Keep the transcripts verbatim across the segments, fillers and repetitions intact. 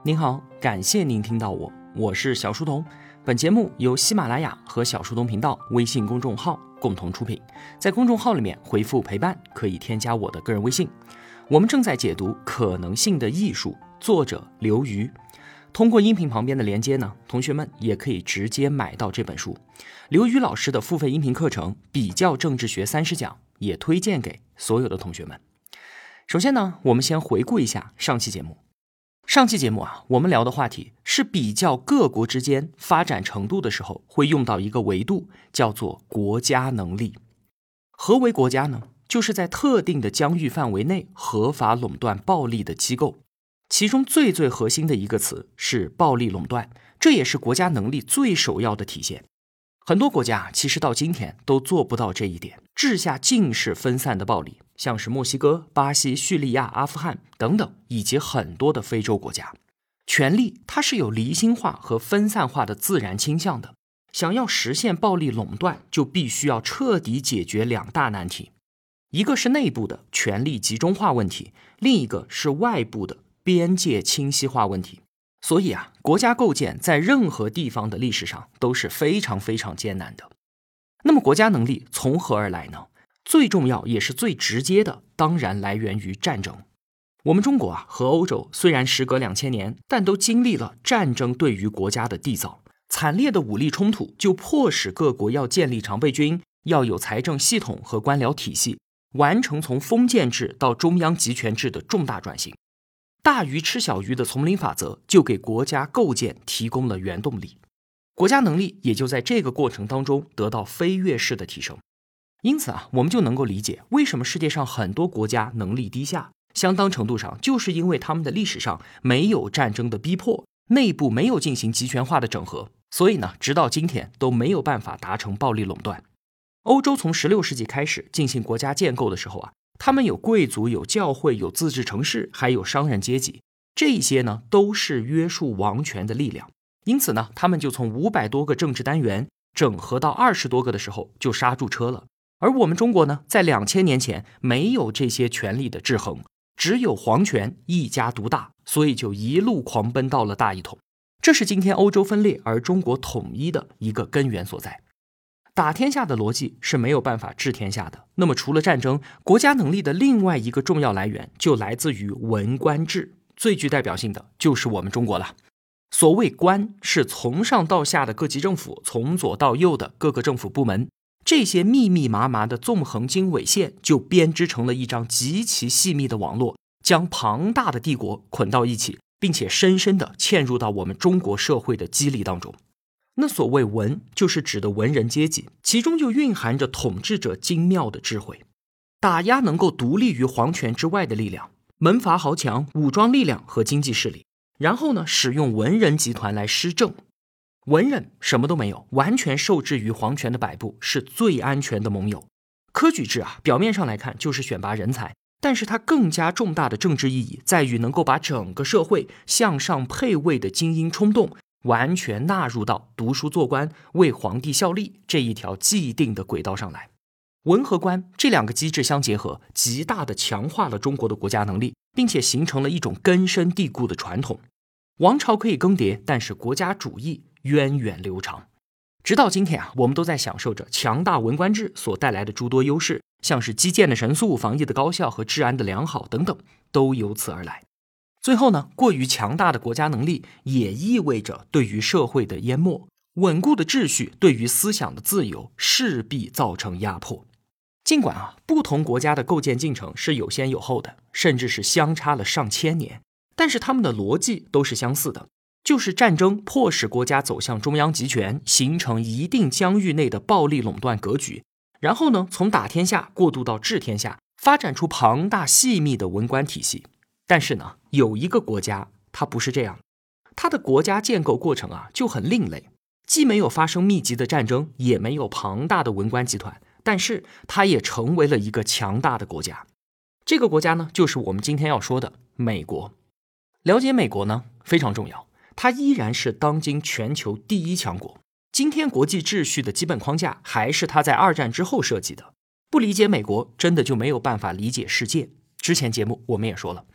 您好，感谢您听到我，我是小书童。本节目由喜马拉雅和小书童频道微信公众号共同出品。在公众号里面回复陪伴，可以添加我的个人微信。我们正在解读《可能性的艺术》，作者刘瑜。通过音频旁边的连接呢，同学们也可以直接买到这本书。刘瑜老师的付费音频课程《比较政治学三十讲》也推荐给所有的同学们。首先呢，我们先回顾一下上期节目。上期节目啊，我们聊的话题是比较各国之间发展程度的时候会用到一个维度，叫做国家能力。何为国家呢？就是在特定的疆域范围内合法垄断暴利的机构。其中最最核心的一个词是暴力垄断，这也是国家能力最首要的体现。很多国家其实到今天都做不到这一点，治下尽是分散的暴力，像是墨西哥、巴西、叙利亚、阿富汗等等，以及很多的非洲国家。权力它是有离心化和分散化的自然倾向的，想要实现暴力垄断，就必须要彻底解决两大难题，一个是内部的权力集中化问题，另一个是外部的边界清晰化问题。所以啊，国家构建在任何地方的历史上都是非常非常艰难的。那么国家能力从何而来呢？最重要也是最直接的，当然来源于战争。我们中国啊和欧洲虽然时隔两千年，但都经历了战争对于国家的缔造。惨烈的武力冲突就迫使各国要建立常备军，要有财政系统和官僚体系，完成从封建制到中央集权制的重大转型。大鱼吃小鱼的丛林法则就给国家构建提供了原动力，国家能力也就在这个过程当中得到飞跃式的提升。因此啊，我们就能够理解为什么世界上很多国家能力低下，相当程度上就是因为他们的历史上没有战争的逼迫，内部没有进行集权化的整合，所以呢，直到今天都没有办法达成暴力垄断。欧洲从十六世纪开始进行国家建构的时候啊，他们有贵族，有教会，有自治城市，还有商人阶级，这些呢都是约束王权的力量。因此呢，他们就从五百多个政治单元整合到二十多个的时候就刹住车了。而我们中国呢，在两千年前没有这些权力的制衡，只有皇权一家独大，所以就一路狂奔到了大一统。这是今天欧洲分裂而中国统一的一个根源所在。打天下的逻辑是没有办法治天下的。那么除了战争，国家能力的另外一个重要来源就来自于文官制，最具代表性的就是我们中国了。所谓官，是从上到下的各级政府，从左到右的各个政府部门，这些密密麻麻的纵横经纬线就编织成了一张极其细密的网络，将庞大的帝国捆到一起，并且深深地嵌入到我们中国社会的肌理当中。那所谓文，就是指的文人阶级，其中就蕴含着统治者精妙的智慧，打压能够独立于皇权之外的力量，门阀豪强、武装力量和经济势力，然后呢，使用文人集团来施政。文人什么都没有，完全受制于皇权的摆布，是最安全的盟友。科举制啊，表面上来看就是选拔人才，但是它更加重大的政治意义在于能够把整个社会向上配位的精英冲动完全纳入到读书做官、为皇帝效力这一条既定的轨道上来。文和官这两个机制相结合，极大地强化了中国的国家能力，并且形成了一种根深蒂固的传统。王朝可以更迭，但是国家主义源远流长。直到今天啊，我们都在享受着强大文官制所带来的诸多优势，像是基建的神速、防疫的高效和治安的良好等等，都由此而来。最后呢，过于强大的国家能力也意味着对于社会的淹没，稳固的秩序对于思想的自由势必造成压迫。尽管啊，不同国家的构建进程是有先有后的，甚至是相差了上千年，但是他们的逻辑都是相似的，就是战争迫使国家走向中央集权，形成一定疆域内的暴力垄断格局，然后呢，从打天下过渡到治天下，发展出庞大细密的文官体系。但是呢，有一个国家它不是这样，它的国家建构过程啊就很另类，既没有发生密集的战争，也没有庞大的文官集团，但是它也成为了一个强大的国家。这个国家呢，就是我们今天要说的美国。了解美国呢非常重要，它依然是当今全球第一强国。今天国际秩序的基本框架还是它在二战之后设计的。不理解美国，真的就没有办法理解世界。之前节目我们也说了。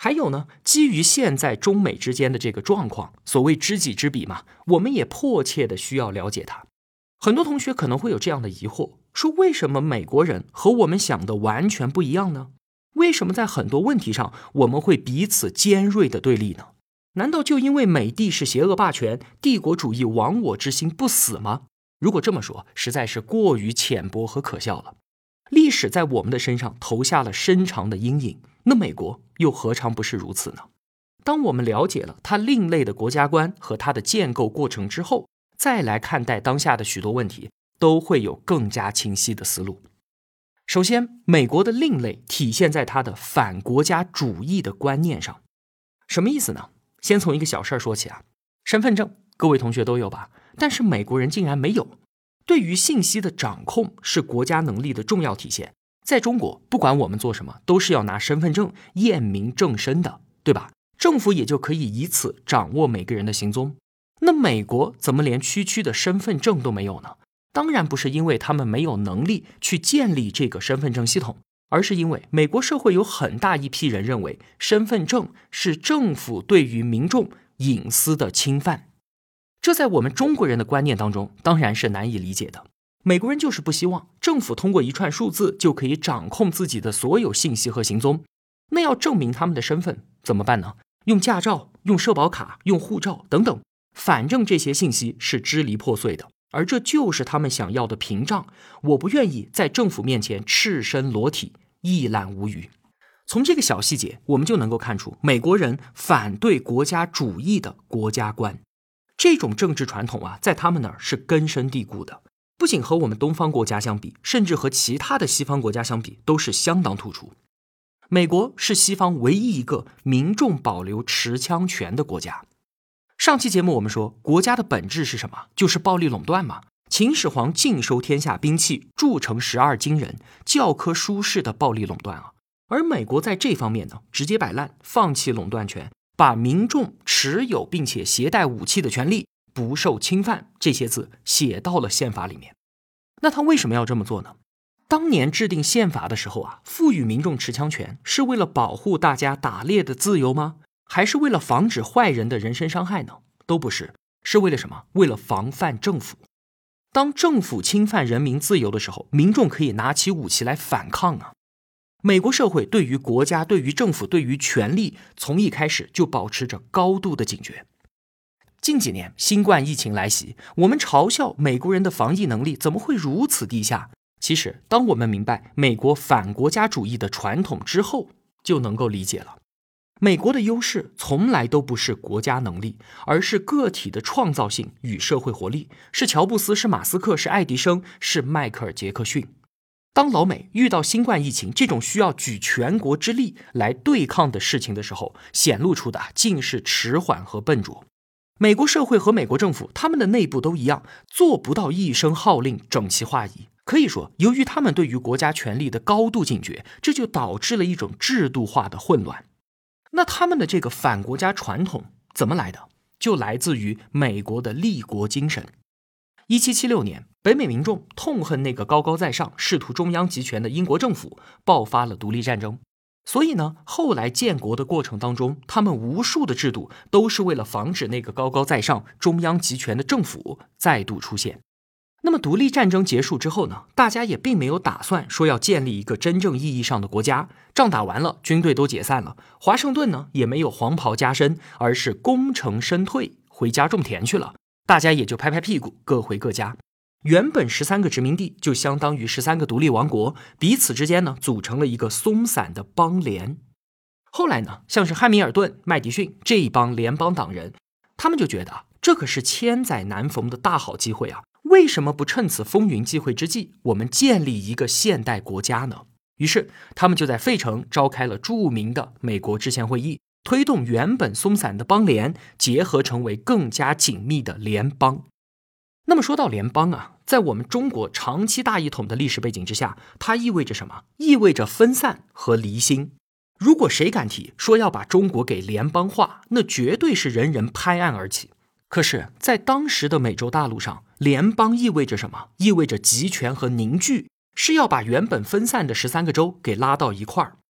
还有呢，基于现在中美之间的这个状况，所谓知己知彼嘛，我们也迫切的需要了解它。很多同学可能会有这样的疑惑，说为什么美国人和我们想的完全不一样呢？为什么在很多问题上我们会彼此尖锐的对立呢？难道就因为美帝是邪恶霸权，帝国主义亡我之心不死吗？如果这么说，实在是过于浅薄和可笑了。历史在我们的身上投下了深长的阴影，那美国又何尝不是如此呢？当我们了解了它另类的国家观和它的建构过程之后，再来看待当下的许多问题，都会有更加清晰的思路。首先，美国的另类体现在它的反国家主义的观念上。什么意思呢？先从一个小事说起啊，身份证各位同学都有吧？但是美国人竟然没有。对于信息的掌控是国家能力的重要体现。在中国，不管我们做什么，都是要拿身份证验明正身的，对吧？政府也就可以以此掌握每个人的行踪。那美国怎么连区区的身份证都没有呢？当然不是因为他们没有能力去建立这个身份证系统，而是因为美国社会有很大一批人认为身份证是政府对于民众隐私的侵犯。这在我们中国人的观念当中当然是难以理解的。美国人就是不希望政府通过一串数字就可以掌控自己的所有信息和行踪。那要证明他们的身份怎么办呢？用驾照、用社保卡、用护照等等，反正这些信息是支离破碎的，而这就是他们想要的屏障。我不愿意在政府面前赤身裸体，一览无余。从这个小细节我们就能够看出美国人反对国家主义的国家观。这种政治传统啊，在他们那儿是根深蒂固的，不仅和我们东方国家相比，甚至和其他的西方国家相比都是相当突出。美国是西方唯一一个民众保留持枪权的国家。上期节目我们说，国家的本质是什么？就是暴力垄断嘛。秦始皇尽收天下兵器，铸成十二金人，教科书式的暴力垄断啊。而美国在这方面呢，直接摆烂，放弃垄断权，把民众持有并且携带武器的权利不受侵犯这些字写到了宪法里面。那他为什么要这么做呢？当年制定宪法的时候啊，赋予民众持枪权是为了保护大家打猎的自由吗？还是为了防止坏人的人身伤害呢？都不是，是为了什么？为了防范政府。当政府侵犯人民自由的时候，民众可以拿起武器来反抗啊。美国社会对于国家、对于政府、对于权力，从一开始就保持着高度的警觉。近几年新冠疫情来袭，我们嘲笑美国人的防疫能力怎么会如此低下？其实当我们明白美国反国家主义的传统之后，就能够理解了。美国的优势从来都不是国家能力，而是个体的创造性与社会活力，是乔布斯，是马斯克，是爱迪生，是迈克尔·杰克逊。当老美遇到新冠疫情这种需要举全国之力来对抗的事情的时候，显露出的尽是迟缓和笨拙。美国社会和美国政府他们的内部都一样，做不到一声号令整齐划一。可以说，由于他们对于国家权力的高度警觉，这就导致了一种制度化的混乱。那他们的这个反国家传统怎么来的？就来自于美国的立国精神。一七七六年，北美民众痛恨那个高高在上、试图中央集权的英国政府，爆发了独立战争。所以呢，后来建国的过程当中，他们无数的制度都是为了防止那个高高在上、中央集权的政府再度出现。那么独立战争结束之后呢，大家也并没有打算说要建立一个真正意义上的国家。仗打完了，军队都解散了，华盛顿呢也没有黄袍加身，而是功成身退，回家种田去了。大家也就拍拍屁股，各回各家。原本十三个殖民地就相当于十三个独立王国，彼此之间呢组成了一个松散的邦联。后来呢，像是汉密尔顿、麦迪逊这一帮联邦党人，他们就觉得这可是千载难逢的大好机会啊！为什么不趁此风云际会之际，我们建立一个现代国家呢？于是他们就在费城召开了著名的美国制宪会议，推动原本松散的邦联结合成为更加紧密的联邦。那么说到联邦啊，在我们中国长期大一统的历史背景之下，它意味着什么？意味着分散和离心。如果谁敢提说要把中国给联邦化，那绝对是人人拍案而起。可是在当时的美洲大陆上，联邦意味着什么？意味着集权和凝聚，是要把原本分散的十三个州给拉到一块儿。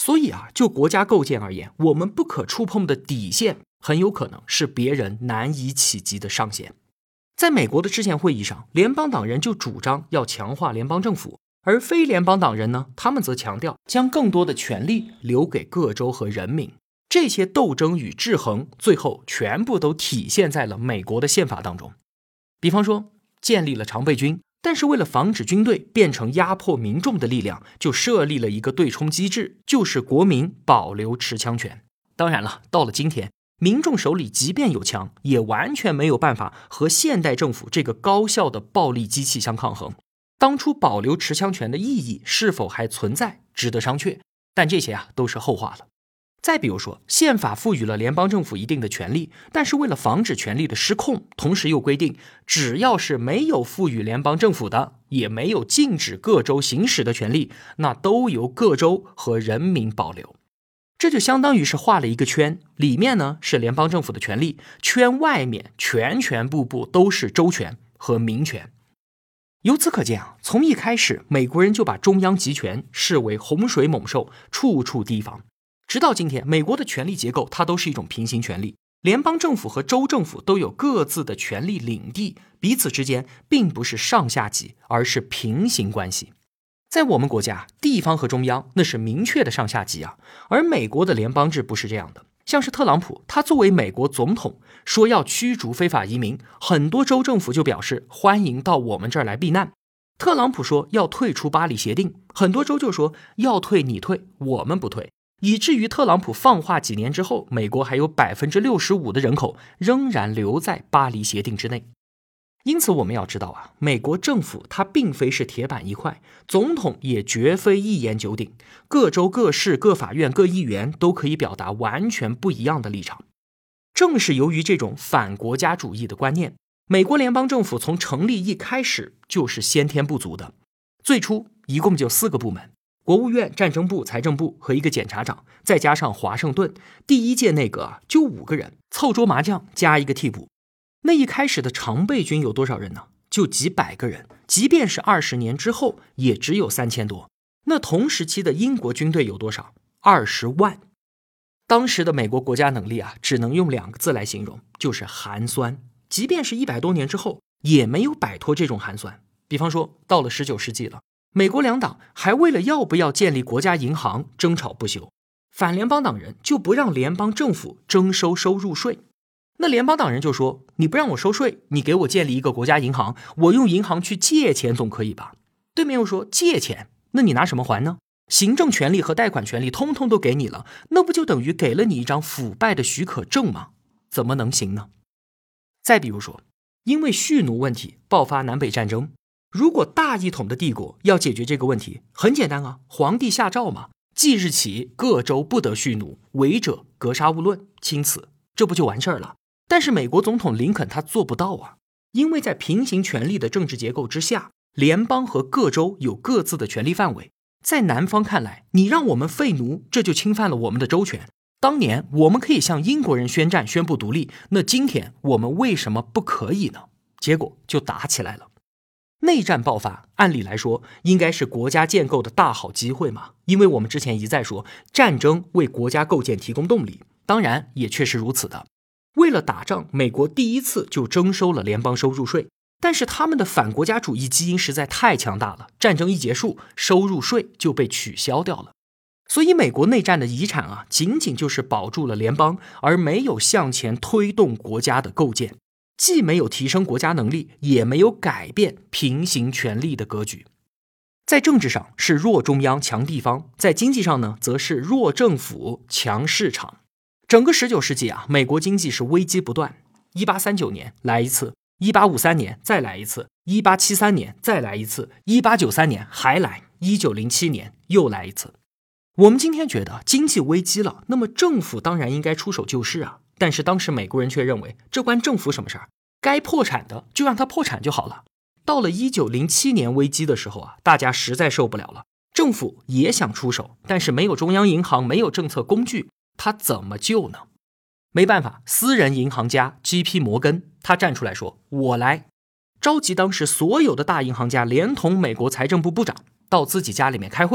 所以啊，就国家构建而言，我们不可触碰的底线很有可能是别人难以企及的上限。在美国的制宪会议上，联邦党人就主张要强化联邦政府，而非联邦党人呢，他们则强调将更多的权力留给各州和人民。这些斗争与制衡最后全部都体现在了美国的宪法当中。比方说建立了常备军，但是为了防止军队变成压迫民众的力量，就设立了一个对冲机制，就是国民保留持枪权。当然了，到了今天，民众手里即便有枪，也完全没有办法和现代政府这个高效的暴力机器相抗衡。当初保留持枪权的意义是否还存在，值得商榷，但这些啊都是后话了。再比如说，宪法赋予了联邦政府一定的权利，但是为了防止权力的失控，同时又规定，只要是没有赋予联邦政府的，也没有禁止各州行使的权利，那都由各州和人民保留。这就相当于是画了一个圈，里面呢是联邦政府的权利，圈外面全全部部都是州权和民权。由此可见啊，从一开始美国人就把中央集权视为洪水猛兽，处处提防。直到今天，美国的权力结构它都是一种平行权力，联邦政府和州政府都有各自的权力领地，彼此之间并不是上下级，而是平行关系。在我们国家，地方和中央那是明确的上下级啊，而美国的联邦制不是这样的。像是特朗普，他作为美国总统说要驱逐非法移民，很多州政府就表示欢迎到我们这儿来避难。特朗普说要退出巴黎协定，很多州就说要退你退，我们不退，以至于特朗普放话几年之后，美国还有 百分之六十五 的人口仍然留在巴黎协定之内。因此我们要知道啊，美国政府它并非是铁板一块，总统也绝非一言九鼎，各州各市各法院各议员都可以表达完全不一样的立场。正是由于这种反国家主义的观念，美国联邦政府从成立一开始就是先天不足的。最初一共就四个部门，国务院、战争部、财政部和一个检察长，再加上华盛顿，第一届内阁啊就五个人，凑桌麻将加一个替补。那一开始的常备军有多少人呢？就几百个人，即便是二十年之后也只有三千多。那同时期的英国军队有多少？二十万。当时的美国国家能力啊，只能用两个字来形容，就是寒酸。即便是一百多年之后，也没有摆脱这种寒酸。比方说，到了十九世纪了，美国两党还为了要不要建立国家银行争吵不休。反联邦党人就不让联邦政府征收收入税。那联邦党人就说，你不让我收税，你给我建立一个国家银行，我用银行去借钱总可以吧？对面又说借钱，那你拿什么还呢？行政权力和贷款权力通通都给你了，那不就等于给了你一张腐败的许可证吗？怎么能行呢？再比如说，因为蓄奴问题爆发南北战争，如果大一统的帝国要解决这个问题，很简单啊，皇帝下诏嘛，即日起各州不得蓄奴，违者格杀勿论，钦此，这不就完事儿了？但是美国总统林肯他做不到啊，因为在平行权力的政治结构之下，联邦和各州有各自的权力范围。在南方看来，你让我们废奴，这就侵犯了我们的州权。当年我们可以向英国人宣战，宣布独立，那今天我们为什么不可以呢？结果就打起来了。内战爆发，按理来说应该是国家建构的大好机会嘛，因为我们之前一再说，战争为国家构建提供动力，当然也确实如此的。为了打仗，美国第一次就征收了联邦收入税，但是他们的反国家主义基因实在太强大了，战争一结束，收入税就被取消掉了。所以美国内战的遗产啊，仅仅就是保住了联邦，而没有向前推动国家的构建，既没有提升国家能力，也没有改变平行权力的格局。在政治上是弱中央强地方，在经济上呢，则是弱政府强市场。整个十九世纪啊，美国经济是危机不断。一八三九年来一次，一八五三年再来一次，一八七三年再来一次，一八九三年还来，一九零七年又来一次。我们今天觉得经济危机了，那么政府当然应该出手救市啊。但是当时美国人却认为，这关政府什么事儿？该破产的就让它破产就好了。到了一九零七年危机的时候啊，大家实在受不了了，政府也想出手，但是没有中央银行，没有政策工具，他怎么救呢？没办法，私人银行家 J P 摩根他站出来说，我来，召集当时所有的大银行家连同美国财政部部长到自己家里面开会，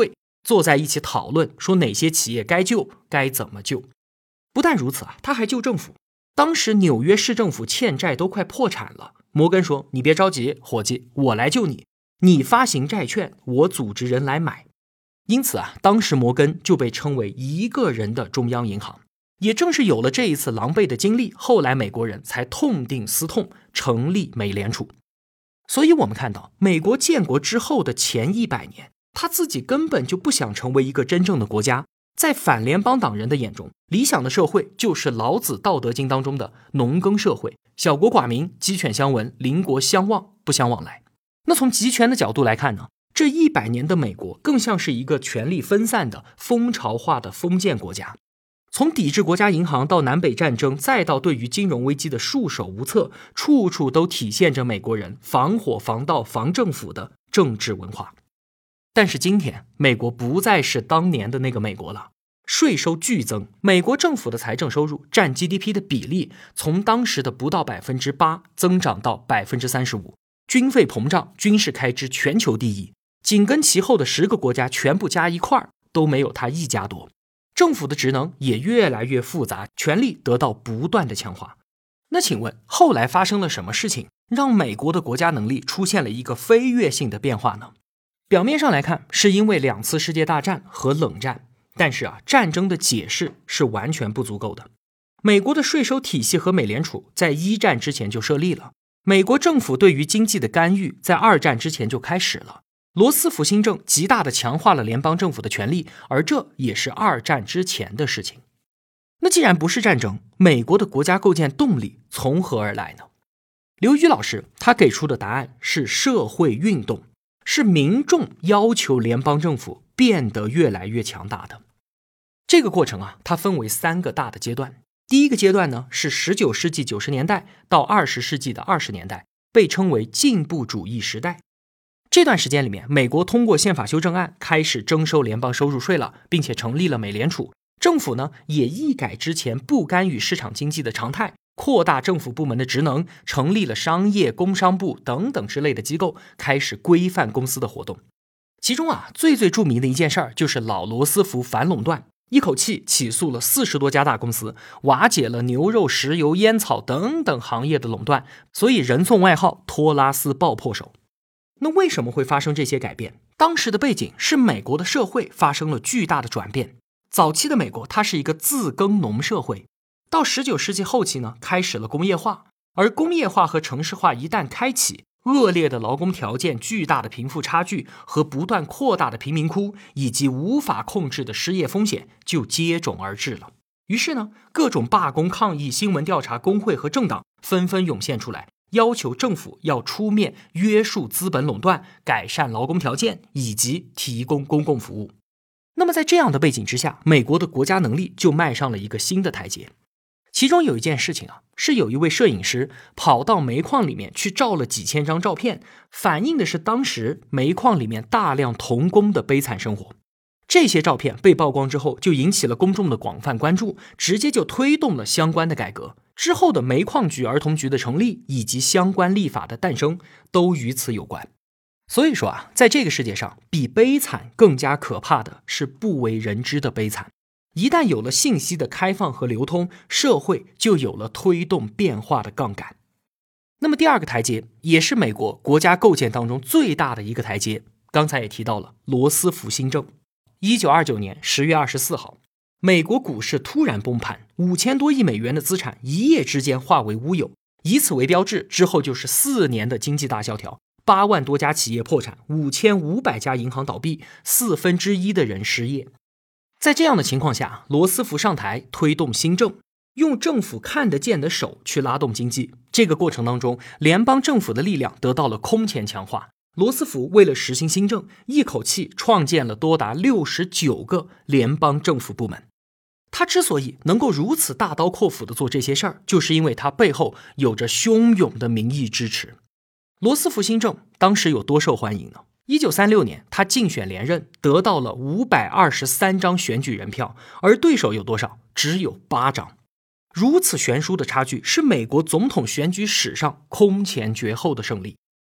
坐在一起讨论，说哪些企业该救，该怎么救。不但如此啊，他还救政府。当时纽约市政府欠债都快破产了，摩根说，你别着急，伙计，我来救你，你发行债券，我组织人来买。因此啊，当时摩根就被称为一个人的中央银行。也正是有了这一次狼狈的经历，后来美国人才痛定思痛，成立美联储。所以我们看到，美国建国之后的前一百年，他自己根本就不想成为一个真正的国家。在反联邦党人的眼中，理想的社会就是老子《道德经》当中的农耕社会，小国寡民，鸡犬相闻，邻国相望，不相往来。那从集权的角度来看呢，这一百年的美国更像是一个权力分散的蜂巢化的封建国家。从抵制国家银行到南北战争，再到对于金融危机的束手无策，处处都体现着美国人防火防盗防政府的政治文化。但是今天美国不再是当年的那个美国了，税收剧增，美国政府的财政收入占 G D P 的比例从当时的不到 百分之八 增长到 百分之三十五， 军费膨胀，军事开支全球第一，紧跟其后的十个国家全部加一块都没有它一家多。政府的职能也越来越复杂，权力得到不断的强化。那请问后来发生了什么事情，让美国的国家能力出现了一个飞跃性的变化呢？表面上来看，是因为两次世界大战和冷战，但是啊，战争的解释是完全不足够的。美国的税收体系和美联储在一战之前就设立了，美国政府对于经济的干预在二战之前就开始了。罗斯福新政极大地强化了联邦政府的权力，而这也是二战之前的事情。那既然不是战争，美国的国家构建动力从何而来呢？刘瑜老师他给出的答案是社会运动，是民众要求联邦政府变得越来越强大的。这个过程啊，它分为三个大的阶段。第一个阶段呢，是十九世纪九十年代到二十世纪的二十年代，被称为进步主义时代。这段时间里面，美国通过宪法修正案开始征收联邦收入税了，并且成立了美联储。政府呢也一改之前不干预市场经济的常态，扩大政府部门的职能，成立了商业工商部等等之类的机构，开始规范公司的活动。其中啊，最最著名的一件事儿就是老罗斯福反垄断，一口气起诉了四十多家大公司，瓦解了牛肉、石油、烟草等等行业的垄断，所以人送外号托拉斯爆破手。那为什么会发生这些改变？当时的背景是美国的社会发生了巨大的转变。早期的美国它是一个自耕农社会，到十九世纪后期呢，开始了工业化，而工业化和城市化一旦开启，恶劣的劳工条件、巨大的贫富差距和不断扩大的贫民窟，以及无法控制的失业风险就接踵而至了。于是呢，各种罢工、抗议、新闻调查、工会和政党纷纷涌现出来，要求政府要出面约束资本垄断，改善劳工条件，以及提供公共服务。那么在这样的背景之下，美国的国家能力就迈上了一个新的台阶。其中有一件事情啊，是有一位摄影师跑到煤矿里面去照了几千张照片，反映的是当时煤矿里面大量童工的悲惨生活。这些照片被曝光之后，就引起了公众的广泛关注，直接就推动了相关的改革。之后的煤矿局、儿童局的成立，以及相关立法的诞生，都与此有关。所以说啊，在这个世界上，比悲惨更加可怕的是不为人知的悲惨。一旦有了信息的开放和流通，社会就有了推动变化的杠杆。那么第二个台阶，也是美国国家构建当中最大的一个台阶，刚才也提到了罗斯福新政。一九二九年十月二十四号，美国股市突然崩盘，五千多亿美元的资产一夜之间化为乌有，以此为标志，之后就是四年的经济大萧条，八万多家企业破产，五千五百家银行倒闭，四分之一的人失业。在这样的情况下，罗斯福上台推动新政，用政府看得见的手去拉动经济。这个过程当中，联邦政府的力量得到了空前强化。罗斯福为了实行新政，一口气创建了多达六十九个联邦政府部门。他之所以能够如此大刀阔斧地做这些事儿，就是因为他背后有着汹涌的民意支持。罗斯福新政当时有多受欢迎呢？一九三六年，他竞选连任，得到了五百二十三张选举人票，而对手有多少？只有八张。如此悬殊的差距，是美国总统选举史上空前绝后的胜利。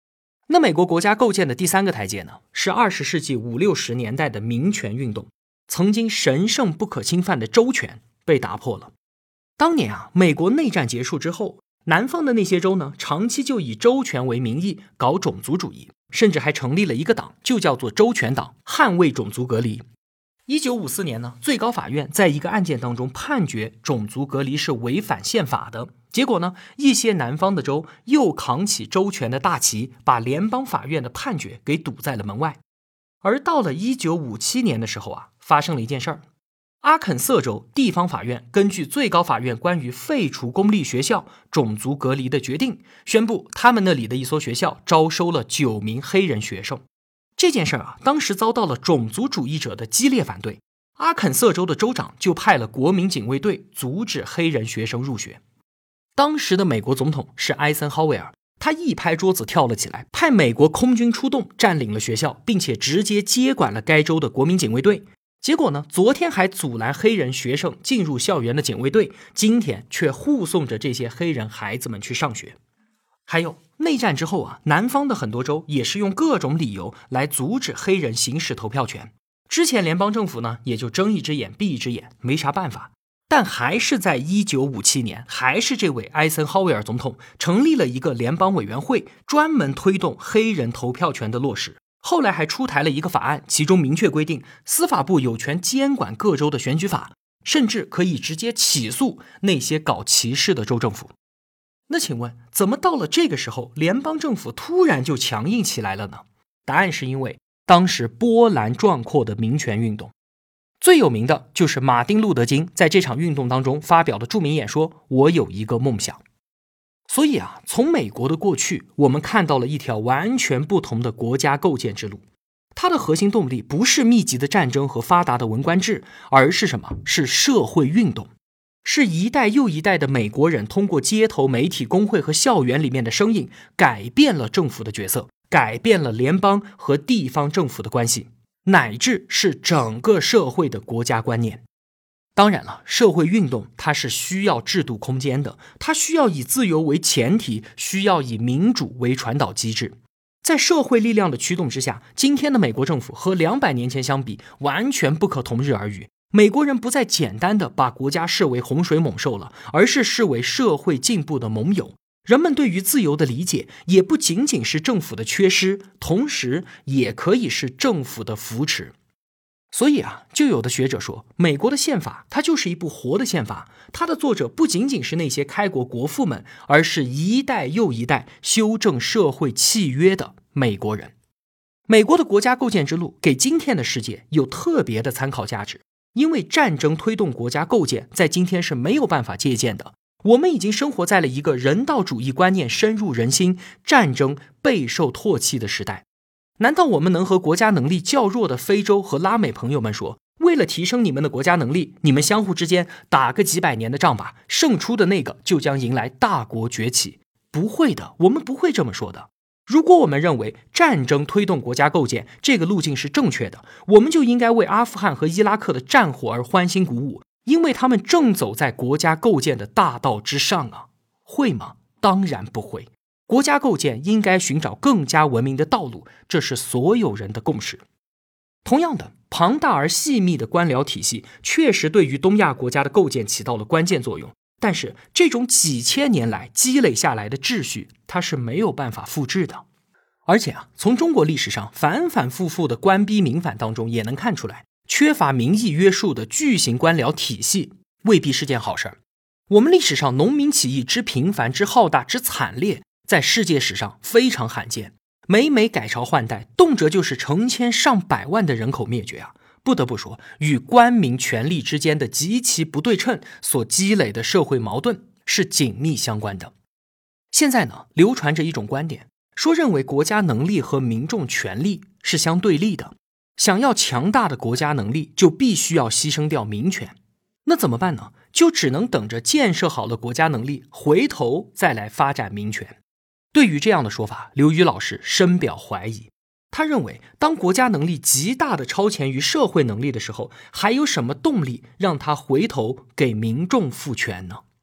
那美国国家构建的第三个台阶呢，是二十世纪五六十年代的民权运动，曾经神圣不可侵犯的州权被打破了。当年啊，美国内战结束之后，南方的那些州呢，长期就以州权为名义搞种族主义，甚至还成立了一个党，就叫做州权党，捍卫种族隔离。一九五四年呢，最高法院在一个案件当中判决种族隔离是违反宪法的。结果呢，一些南方的州又扛起州权的大旗，把联邦法院的判决给堵在了门外。而到了一九五七年的时候啊，发生了一件事儿。阿肯色州地方法院根据最高法院关于废除公立学校种族隔离的决定，宣布他们那里的一所学校招收了九名黑人学生。这件事啊，当时遭到了种族主义者的激烈反对。阿肯色州的州长就派了国民警卫队阻止黑人学生入学。当时的美国总统是艾森豪威尔，他一拍桌子跳了起来，派美国空军出动占领了学校，并且直接接管了该州的国民警卫队。结果呢，昨天还阻拦黑人学生进入校园的警卫队，今天却护送着这些黑人孩子们去上学。还有内战之后啊，南方的很多州也是用各种理由来阻止黑人行使投票权。之前联邦政府呢，也就睁一只眼闭一只眼，没啥办法。但还是在一九五七年，还是这位艾森豪威尔总统成立了一个联邦委员会，专门推动黑人投票权的落实。后来还出台了一个法案，其中明确规定司法部有权监管各州的选举法，甚至可以直接起诉那些搞歧视的州政府。那请问，怎么到了这个时候，联邦政府突然就强硬起来了呢？答案是因为当时波澜壮阔的民权运动。最有名的就是马丁·路德·金在这场运动当中发表的著名演说，我有一个梦想。所以啊，从美国的过去，我们看到了一条完全不同的国家构建之路。它的核心动力不是密集的战争和发达的文官制，而是什么？是社会运动。是一代又一代的美国人通过街头、媒体、工会和校园里面的声音，改变了政府的角色，改变了联邦和地方政府的关系，乃至是整个社会的国家观念。当然了，社会运动它是需要制度空间的，它需要以自由为前提，需要以民主为传导机制。在社会力量的驱动之下，今天的美国政府和两百年前相比，完全不可同日而语。美国人不再简单的把国家视为洪水猛兽了，而是视为社会进步的盟友。人们对于自由的理解也不仅仅是政府的缺失，同时也可以是政府的扶持。所以啊，就有的学者说，美国的宪法它就是一部活的宪法，它的作者不仅仅是那些开国国父们，而是一代又一代修正社会契约的美国人。美国的国家构建之路给今天的世界有特别的参考价值，因为战争推动国家构建在今天是没有办法借鉴的。我们已经生活在了一个人道主义观念深入人心、战争备受唾弃的时代。难道我们能和国家能力较弱的非洲和拉美朋友们说，为了提升你们的国家能力，你们相互之间打个几百年的仗吧，胜出的那个就将迎来大国崛起？不会的，我们不会这么说的。如果我们认为战争推动国家构建这个路径是正确的，我们就应该为阿富汗和伊拉克的战火而欢欣鼓舞，因为他们正走在国家构建的大道之上啊。会吗？当然不会。国家构建应该寻找更加文明的道路，这是所有人的共识。同样的，庞大而细密的官僚体系确实对于东亚国家的构建起到了关键作用，但是这种几千年来积累下来的秩序，它是没有办法复制的。而且啊，从中国历史上反反复复的官逼民反当中也能看出来，缺乏民意约束的巨型官僚体系未必是件好事儿。我们历史上农民起义之频繁、之浩大、之惨烈，在世界史上非常罕见，每每改朝换代，动辄就是成千上百万的人口灭绝啊！不得不说，与官民权力之间的极其不对称所积累的社会矛盾是紧密相关的。现在呢，流传着一种观点，说认为国家能力和民众权力是相对立的，想要强大的国家能力，就必须要牺牲掉民权。那怎么办呢？就只能等着建设好了国家能力，回头再来发展民权。对于这样的说法，刘宇老师深表怀疑。他认为，当国家能力极大的超前于社会能力的时候，还有什么动力让他回头给民众赋权呢？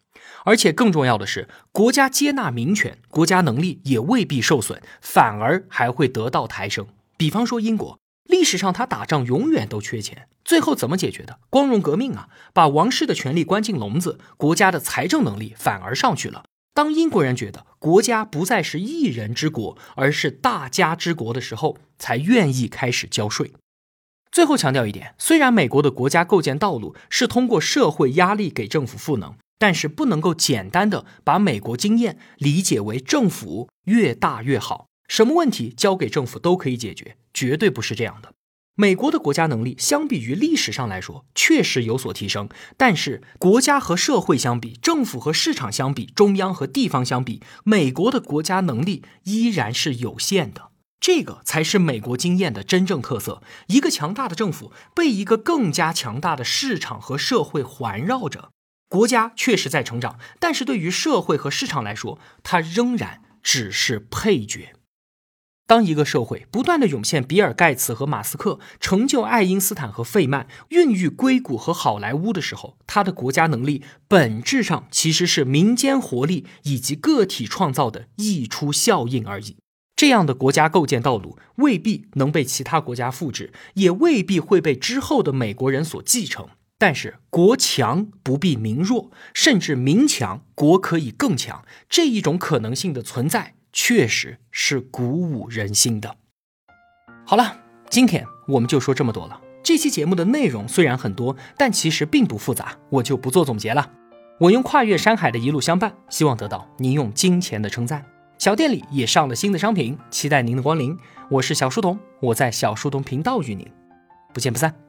而且更重要的是，国家接纳民权，国家能力也未必受损，反而还会得到抬升。比方说英国，历史上他打仗永远都缺钱，最后怎么解决的？光荣革命啊，把王室的权力关进笼子，国家的财政能力反而上去了。当英国人觉得国家不再是一人之国，而是大家之国的时候，才愿意开始交税。最后强调一点，虽然美国的国家构建道路是通过社会压力给政府赋能，但是不能够简单的把美国经验理解为政府越大越好，什么问题交给政府都可以解决，绝对不是这样的。美国的国家能力相比于历史上来说确实有所提升，但是国家和社会相比，政府和市场相比，中央和地方相比，美国的国家能力依然是有限的。这个才是美国经验的真正特色，一个强大的政府被一个更加强大的市场和社会环绕着。国家确实在成长，但是对于社会和市场来说，它仍然只是配角。当一个社会不断地涌现比尔盖茨和马斯克，成就爱因斯坦和费曼，孕育硅谷和好莱坞的时候，他的国家能力本质上其实是民间活力以及个体创造的溢出效应而已。这样的国家构建道路未必能被其他国家复制，也未必会被之后的美国人所继承。但是国强不必民弱，甚至民强国可以更强，这一种可能性的存在确实是鼓舞人心的。好了，今天我们就说这么多了。这期节目的内容虽然很多，但其实并不复杂，我就不做总结了。我用跨越山海的一路相伴，希望得到您用金钱的称赞。小店里也上了新的商品，期待您的光临。我是小书童，我在小书童频道与您不见不散。